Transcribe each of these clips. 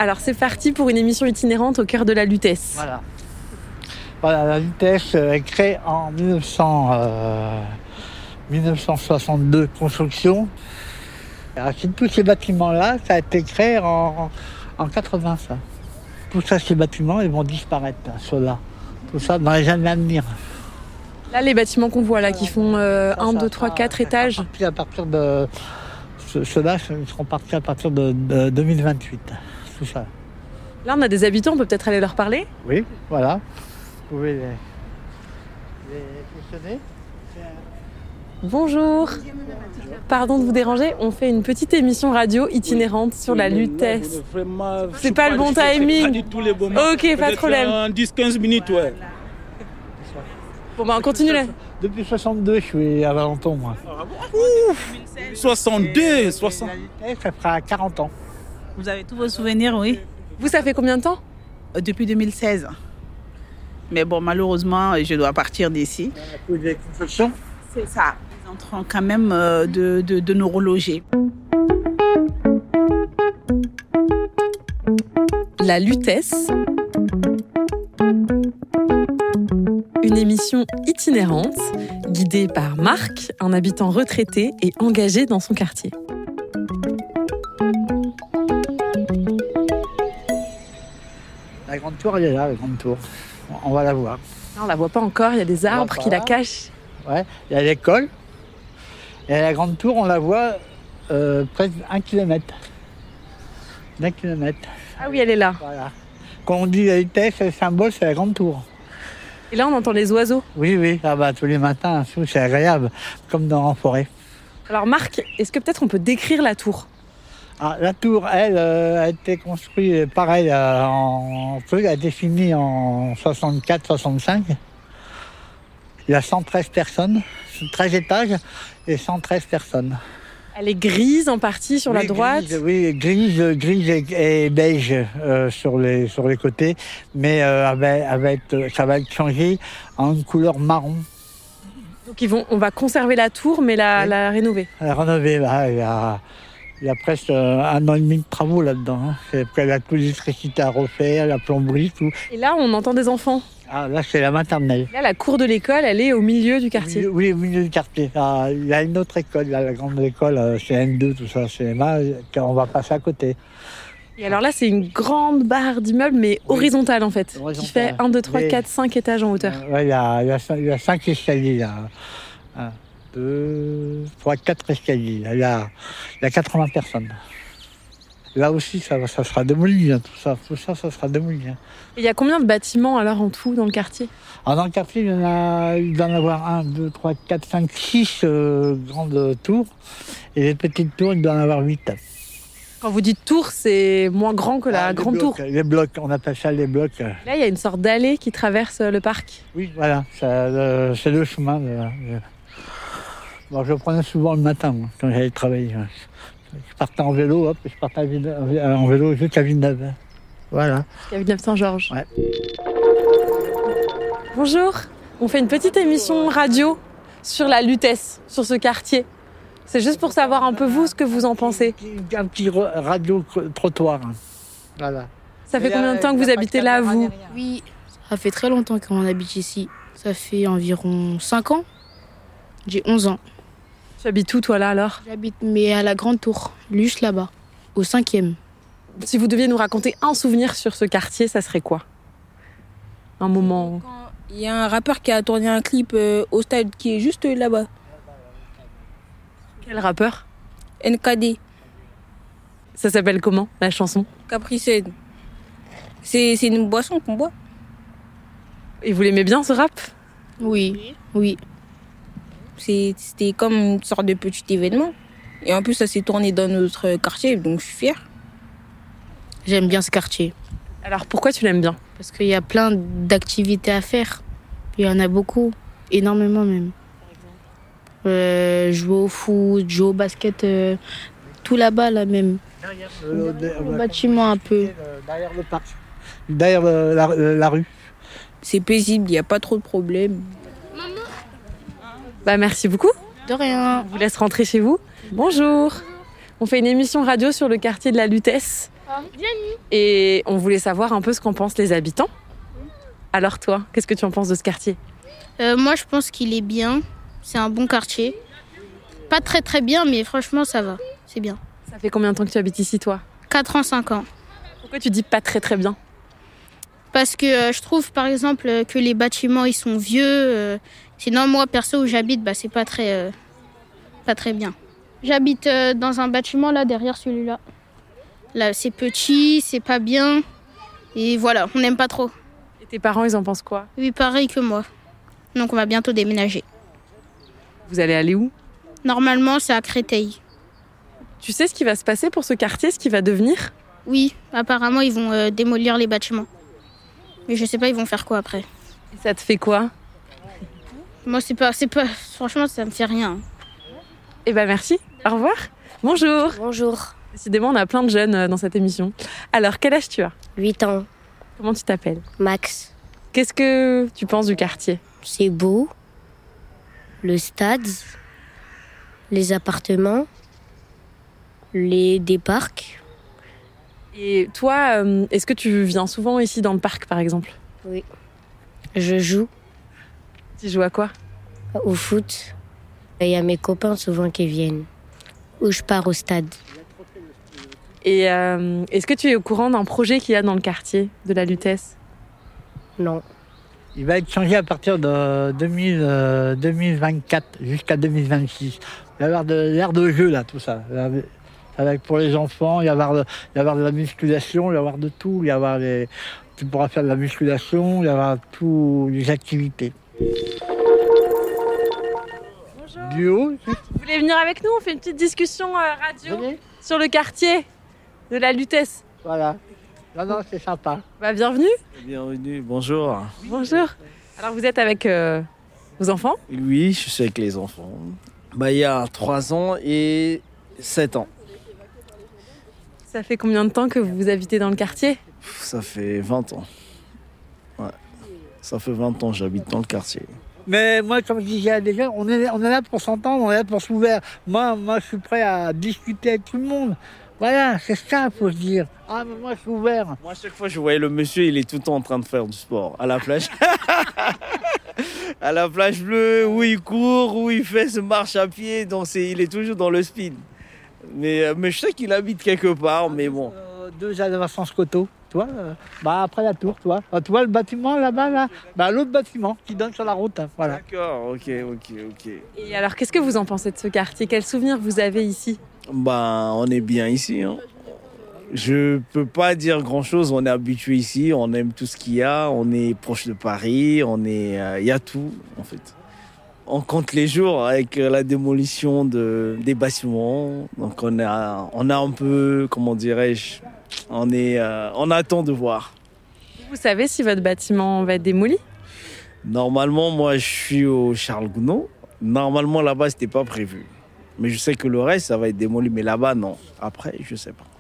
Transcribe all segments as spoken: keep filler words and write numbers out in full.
Alors c'est parti pour une émission itinérante au cœur de la Lutèce. Voilà. Voilà, la Lutèce est créée en mille neuf cents, euh, mille neuf cent soixante-deux, construction. Alors, tous ces bâtiments-là, ça a été créé en, en quatre-vingts, ça. Tous ça, ces bâtiments, ils vont disparaître, ceux-là. Tout ça dans les années à venir. Là, les bâtiments qu'on voit là, qui font euh, un, deux, trois, quatre étages. À partir de ceux-là, ils seront partis à partir de, de deux mille vingt-huit. Tout ça. Là, on a des habitants, on peut peut-être aller leur parler. Oui, voilà. Vous pouvez les, les questionner. Bonjour. Pardon de vous déranger, on fait une petite émission radio itinérante sur la Lutèce. C'est pas le bon timing. Ok, pas de problème. En dix à quinze minutes, ouais. Bon, bah on continue là. Depuis soixante-deux, je suis à Valenton, moi. Ouf, soixante-deux, soixante. Ça fera quarante ans. Vous avez tous vos souvenirs, oui. Vous, ça fait combien de temps ? Depuis deux mille seize. Mais bon, malheureusement, je dois partir d'ici. À cause des constructions ? C'est ça. Nous entrons quand même de, de, de nous reloger. La Lutèce. Une émission itinérante, guidée par Marc, un habitant retraité et engagé dans son quartier. La grande tour, elle est là, la grande tour. On va la voir. Non, on la voit pas encore, il y a des arbres qui la cachent. Ouais, il y a l'école. Et la grande tour, on la voit euh, presque un kilomètre. D'un kilomètre. Ah oui, elle est là. Voilà. Quand on dit la Lutèce, le symbole, c'est la grande tour. Et là, on entend les oiseaux. Oui, oui, ah bah, tous les matins, c'est agréable, comme dans la forêt. Alors Marc, est-ce que peut-être on peut décrire la tour ? Ah, la tour, elle, euh, a été construite pareil, euh, en, elle a été finie en soixante-quatre soixante-cinq. Il y a cent treize personnes, treize étages et cent treize personnes. Elle est grise en partie sur oui, la droite. Grise, oui, grise, grise et, et beige euh, sur les sur les côtés, mais euh, avec, avec, ça va être changé en une couleur marron. Donc ils vont, on va conserver la tour, mais la, oui. la rénover. La rénover, bah, il y a, il y a presque un an et demi de travaux là-dedans. Hein. C'est après la l'électricité à refaire, la plomberie, tout. Et là, on entend des enfants. Ah, là, c'est la maternelle. Là, la cour de l'école, elle est au milieu du quartier. Oui, au milieu du quartier. Ah, il y a une autre école, là, la grande école, c'est N deux, tout ça, c'est là, on va passer à côté. Et alors là, c'est une grande barre d'immeubles, mais oui. horizontale en fait, horizontale. Qui fait un, deux, trois, quatre, cinq étages en hauteur. Oui, il y a, il y a, il y a cinq escaliers, là. un, deux, trois, quatre escaliers. Là. Il, y a, il y a quatre-vingts personnes. Là aussi, ça, ça sera démoli, hein, tout ça, tout ça, ça sera démoli. Hein. Et il y a combien de bâtiments alors en tout dans le quartier ? Alors, dans le quartier, il y en a, il doit y en avoir un, deux, trois, quatre, cinq, six euh, grandes tours. Et les petites tours, il doit y en avoir huit. Quand vous dites tour, c'est moins grand que la ah, grande blocs, tour. Les blocs, on appelle ça les blocs. Là, il y a une sorte d'allée qui traverse le parc. Oui, voilà, ça, le, c'est le chemin. Le, le... Bon, je le prenais souvent le matin, moi, quand j'allais travailler. Je partais en vélo, hop, je partais en vélo jusqu'à Villeneuve. Voilà. Jusqu'à Villeneuve-Saint-Georges. Ouais. Bonjour, on fait une petite émission radio sur la Lutèce, sur ce quartier. C'est juste pour savoir un peu vous, ce que vous en pensez. Un petit radio-trottoir. Voilà. Ça fait Et combien de temps que vous habitez là, vous ? Oui, ça fait très longtemps qu'on habite ici. Ça fait environ cinq ans. J'ai onze ans. Tu habites où, toi, là, alors ? J'habite, mais à la Grande Tour, juste là-bas, au cinquième. Si vous deviez nous raconter un souvenir sur ce quartier, ça serait quoi ? Un moment... Il y a un rappeur qui a tourné un clip euh, au stade qui est juste là-bas. Quel rappeur ? N K D. Ça s'appelle comment, la chanson ? Capricène. C'est, c'est une boisson qu'on boit. Et vous l'aimez bien, ce rap ? Oui, oui. C'est, c'était comme une sorte de petit événement. Et en plus, ça s'est tourné dans notre quartier, donc je suis fière. J'aime bien ce quartier. Alors, pourquoi tu l'aimes bien ? Parce qu'il y a plein d'activités à faire. Il y en a beaucoup, énormément même. Euh, jouer au foot, jouer au basket, euh, tout là-bas, là même. Derrière le, le, le bâtiment un peu. Derrière le parc, derrière le, la, la rue. C'est paisible, il n'y a pas trop de problèmes. Bah, merci beaucoup. De rien. Je vous laisse rentrer chez vous. Bonjour. On fait une émission radio sur le quartier de la Lutèce. Et on voulait savoir un peu ce qu'en pensent les habitants. Alors toi, qu'est-ce que tu en penses de ce quartier ? Euh, moi, je pense qu'il est bien. C'est un bon quartier. Pas très très bien, mais franchement, ça va. C'est bien. Ça fait combien de temps que tu habites ici, toi ? quatre ans, cinq ans. Pourquoi tu dis pas très très bien ? Parce que euh, je trouve, par exemple, euh, que les bâtiments, ils sont vieux. Euh, sinon, moi, perso, où j'habite, bah, c'est pas très, euh, pas très bien. J'habite euh, dans un bâtiment, là, derrière celui-là. Là, c'est petit, c'est pas bien. Et voilà, on n'aime pas trop. Et tes parents, ils en pensent quoi ? Oui, pareil que moi. Donc, on va bientôt déménager. Vous allez aller où ? Normalement, c'est à Créteil. Tu sais ce qui va se passer pour ce quartier, ce qui va devenir ? Oui, apparemment, ils vont euh, démolir les bâtiments. Mais je sais pas, ils vont faire quoi après. Et ça te fait quoi ? Moi, c'est pas, c'est pas... Franchement, ça me fait rien. Eh ben merci. Au revoir. Bonjour. Bonjour. Décidément, on a plein de jeunes dans cette émission. Alors, quel âge tu as ? huit ans. Comment tu t'appelles ? Max. Qu'est-ce que tu penses du quartier ? C'est beau. Le stade. Les appartements. Les... Des parcs. Et toi, euh, est-ce que tu viens souvent ici dans le parc, par exemple ? Oui. Je joue. Tu joues à quoi ? Au foot. Il y a mes copains souvent qui viennent. Ou je pars au stade. Et euh, est-ce que tu es au courant d'un projet qu'il y a dans le quartier de la Lutèce ? Non. Il va être changé à partir de deux mille, euh, deux mille vingt-quatre jusqu'à deux mille vingt-six. Il va y avoir de l'aire de jeu, là, tout ça. Avec pour les enfants, il va y avoir de, il va y avoir de la musculation, il va y avoir de tout. Il va y avoir les, tu pourras faire de la musculation, il va y avoir toutes les activités. Bonjour. Duo. Vous voulez venir avec nous ? On fait une petite discussion euh, radio Venez. sur le quartier de la Lutèce. Voilà. Non, non, c'est sympa. Bah, bienvenue. Bienvenue, bonjour. Bonjour. Alors vous êtes avec euh, vos enfants ? Oui, je suis avec les enfants. Bah, il y a trois ans et sept ans. Ça fait combien de temps que vous habitez dans le quartier ? Ça fait vingt ans. Ouais. Ça fait vingt ans que j'habite dans le quartier. Mais moi, comme je disais à des gens, on est, on est là pour s'entendre, on est là pour s'ouvrir. Moi, moi, je suis prêt à discuter avec tout le monde. Voilà, c'est ça, il faut se dire. Ah, mais moi, je suis ouvert. Moi, à chaque fois, je voyais le monsieur, il est tout le temps en train de faire du sport à la plage. À la plage bleue, où il court, où il fait sa marche à pied. Donc, c'est, il est toujours dans le speed. Mais, mais je sais qu'il habite quelque part, mais bon. Euh, deux à Vincent Coteau, tu vois. Euh, bah, après la tour, tu vois. Ah, tu vois le bâtiment là-bas, là. Bah, l'autre bâtiment qui donne sur la route, hein, voilà. D'accord, ok, ok, ok. Et alors, qu'est-ce que vous en pensez de ce quartier ? Quels souvenirs vous avez ici ? Ben, on est bien ici. Hein. Je peux pas dire grand-chose. On est habitué ici. On aime tout ce qu'il y a. On est proche de Paris. On est, il euh, y a tout en fait. On compte les jours avec la démolition de des bâtiments. Donc on a, on a un peu, comment dirais-je, on est, euh, on attend de voir. Vous savez si votre bâtiment va être démoli ? Normalement, moi, je suis au Charles Gounod. Normalement, là-bas, c'était pas prévu. Mais je sais que le reste, ça va être démoli. Mais là-bas, non. Après, je sais pas.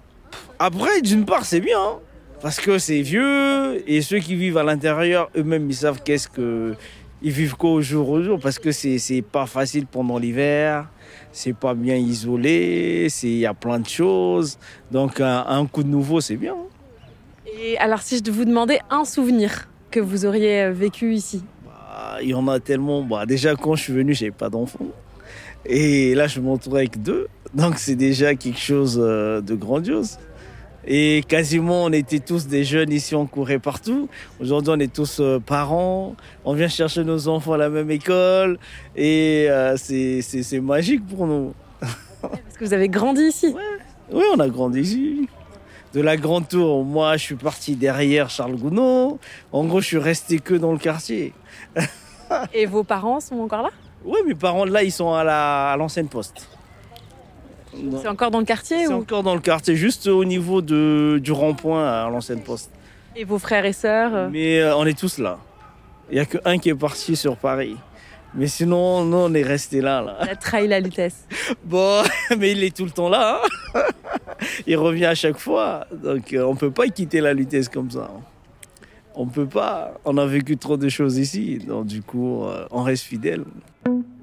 Après, d'une part, c'est bien. Hein, parce que c'est vieux. Et ceux qui vivent à l'intérieur, eux-mêmes, ils savent qu'est-ce que... Ils vivent qu'au jour au jour. Parce que c'est, c'est pas facile pendant l'hiver. C'est pas bien isolé. Il y a plein de choses. Donc, un, un coup de nouveau, c'est bien. Hein. Et alors, si je vous demandais un souvenir que vous auriez vécu ici ? Bah, il y en a tellement. Bah, déjà, quand je suis venu, j'avais pas d'enfant. Et là, je m'entoure avec deux. Donc, c'est déjà quelque chose de grandiose. Et quasiment, on était tous des jeunes ici, on courait partout. Aujourd'hui, on est tous parents. On vient chercher nos enfants à la même école. Et euh, c'est, c'est, c'est magique pour nous. Parce que vous avez grandi ici ? Ouais. Oui, on a grandi ici. De la Grande Tour, moi, je suis parti derrière Charles Gounod. En gros, je suis resté que dans le quartier. Et vos parents sont encore là ? Oui, mes parents, là, ils sont à, la, à l'ancienne poste. C'est encore dans le quartier C'est ou... encore dans le quartier, juste au niveau de, du rond-point à l'ancienne poste. Et vos frères et sœurs ? Mais euh, on est tous là. Il n'y a qu'un qui est parti sur Paris. Mais sinon, nous, on est restés là, là. Il a trahi la Lutèce. Bon, mais il est tout le temps là. Hein. Il revient à chaque fois. Donc, euh, on ne peut pas quitter la Lutèce comme ça. On ne peut pas. On a vécu trop de choses ici. Donc, du coup, euh, on reste fidèle.